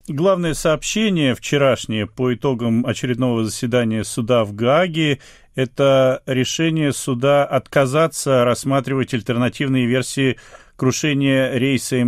Главное сообщение вчерашнее по итогам очередного заседания суда в Гааге – это решение суда отказаться рассматривать альтернативные версии крушения рейса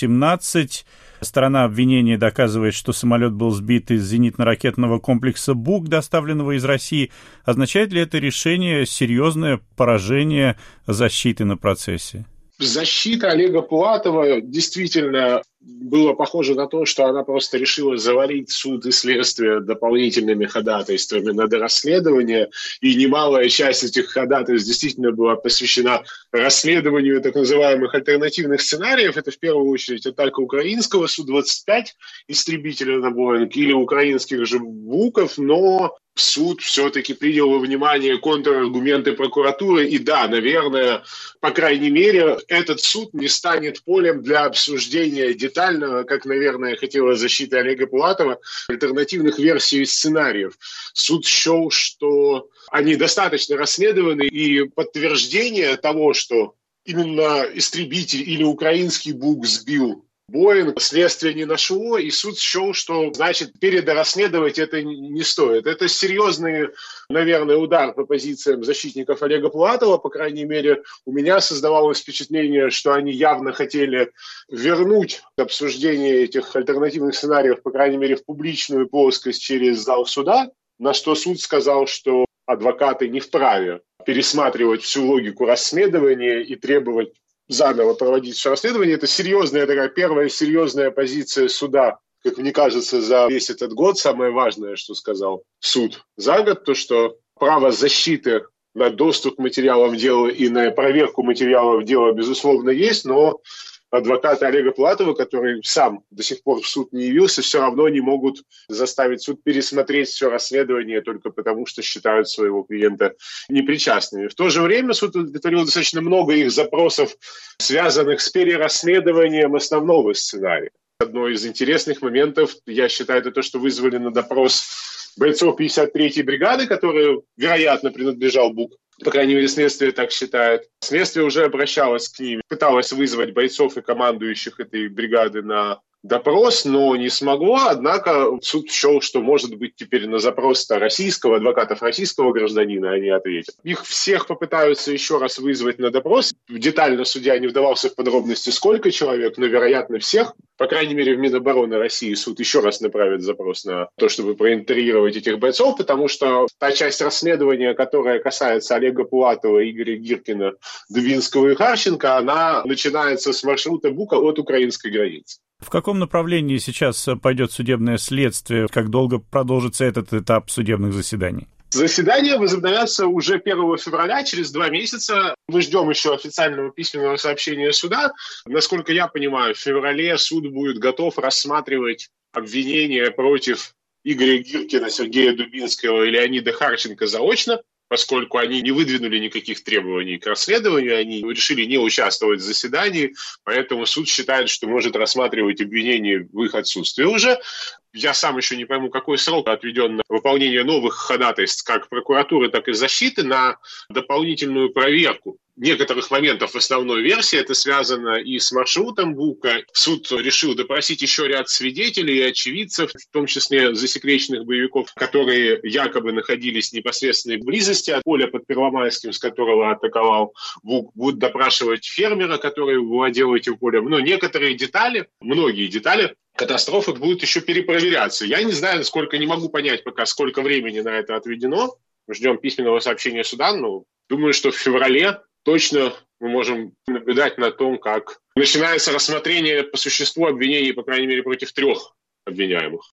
MH17. Сторона обвинения доказывает, что самолет был сбит из зенитно-ракетного комплекса «Бук», доставленного из России. Означает ли это решение серьезное поражение защиты на процессе? Защита Олега Пулатова действительно было похоже на то, что она просто решила завалить суд и следствие дополнительными ходатайствами на дорасследование, и немалая часть этих ходатайств действительно была посвящена расследованию так называемых альтернативных сценариев. Это в первую очередь атака украинского Су-25 истребителя на Боинг или украинских же БУКов, но суд все-таки принял во внимание контраргументы прокуратуры. И да, наверное, по крайней мере, этот суд не станет полем для обсуждения детального, как, наверное, хотела защита Олега Пулатова, альтернативных версий и сценариев. Суд счел, что они достаточно расследованы, и подтверждение того, что именно истребитель или украинский БУК сбил Боинг, следствие не нашло, и суд счел, что, значит, передорасследовать это не стоит. Это серьезный, наверное, удар по позициям защитников Олега Пулатова. По крайней мере, у меня создавалось впечатление, что они явно хотели вернуть обсуждение этих альтернативных сценариев, по крайней мере, в публичную плоскость через зал суда, на что суд сказал, что адвокаты не вправе пересматривать всю логику расследования и требовать заново проводить все расследование. Это серьезная такая первая серьезная позиция суда, как мне кажется, за весь этот год. Самое важное, что сказал суд за год, то, что право защиты на доступ к материалам дела и на проверку материалов дела, безусловно, есть, но адвокаты Олега Пулатова, который сам до сих пор в суд не явился, все равно не могут заставить суд пересмотреть все расследование только потому, что считают своего клиента непричастными. В то же время суд удовлетворил достаточно много их запросов, связанных с перерасследованием основного сценария. Одно из интересных моментов, я считаю, это то, что вызвали на допрос бойцов 53-й бригады, который, вероятно, принадлежал БУК. По крайней мере, следствие так считает. Следствие уже обращалось к ним, пыталось вызвать бойцов и командующих этой бригады на допрос, но не смогло. Однако суд счел, что, может быть, теперь на запрос российского, адвокатов российского гражданина они ответят. Их всех попытаются еще раз вызвать на допрос. Детально судья не вдавался в подробности, сколько человек, но, вероятно, всех. По крайней мере, в Минобороны России суд еще раз направит запрос на то, чтобы проинтервьюировать этих бойцов, потому что та часть расследования, которая касается Олега Пулатова, Игоря Гиркина, Дубинского и Харченко, она начинается с маршрута БУКа от украинской границы. В каком направлении сейчас пойдет судебное следствие? Как долго продолжится этот этап судебных заседаний? Заседания возобновятся уже 1 февраля, через 2 месяца. Мы ждем еще официального письменного сообщения суда. Насколько я понимаю, в феврале суд будет готов рассматривать обвинения против Игоря Гиркина, Сергея Дубинского и Леонида Харченко заочно, поскольку они не выдвинули никаких требований к расследованию, они решили не участвовать в заседании, поэтому суд считает, что может рассматривать обвинения в их отсутствии уже. Я сам еще не пойму, какой срок отведен на выполнение новых ходатайств как прокуратуры, так и защиты на дополнительную проверку некоторых моментов в основной версии. Это связано и с маршрутом БУКа. Суд решил допросить еще ряд свидетелей и очевидцев, в том числе засекреченных боевиков, которые якобы находились в непосредственной близости от поля под Первомайским, с которого атаковал БУК. Будут допрашивать фермера, который владел этим полем. Но некоторые детали, многие детали катастрофы будут еще перепроверяться. Я не знаю, сколько, не могу понять пока, сколько времени на это отведено. Ждем письменного сообщения суда, но думаю, что в феврале точно мы можем наблюдать на том, как начинается рассмотрение по существу обвинений, по крайней мере, против 3 обвиняемых.